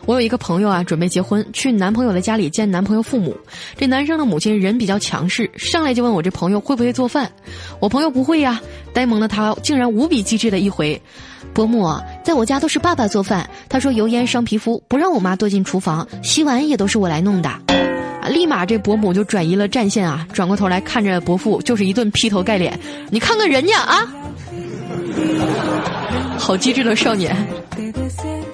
我有一个朋友啊，准备结婚，去男朋友的家里见男朋友父母。这男生的母亲人比较强势，上来就问我这朋友会不会做饭。我朋友不会呀，呆萌的他竟然无比机智的一回：伯母，在我家都是爸爸做饭，他说油烟伤皮肤，不让我妈多进厨房，洗碗也都是我来弄的。立马这伯母就转移了战线啊，转过头来看着伯父就是一顿劈头盖脸：你看看人家啊，好机智的少年。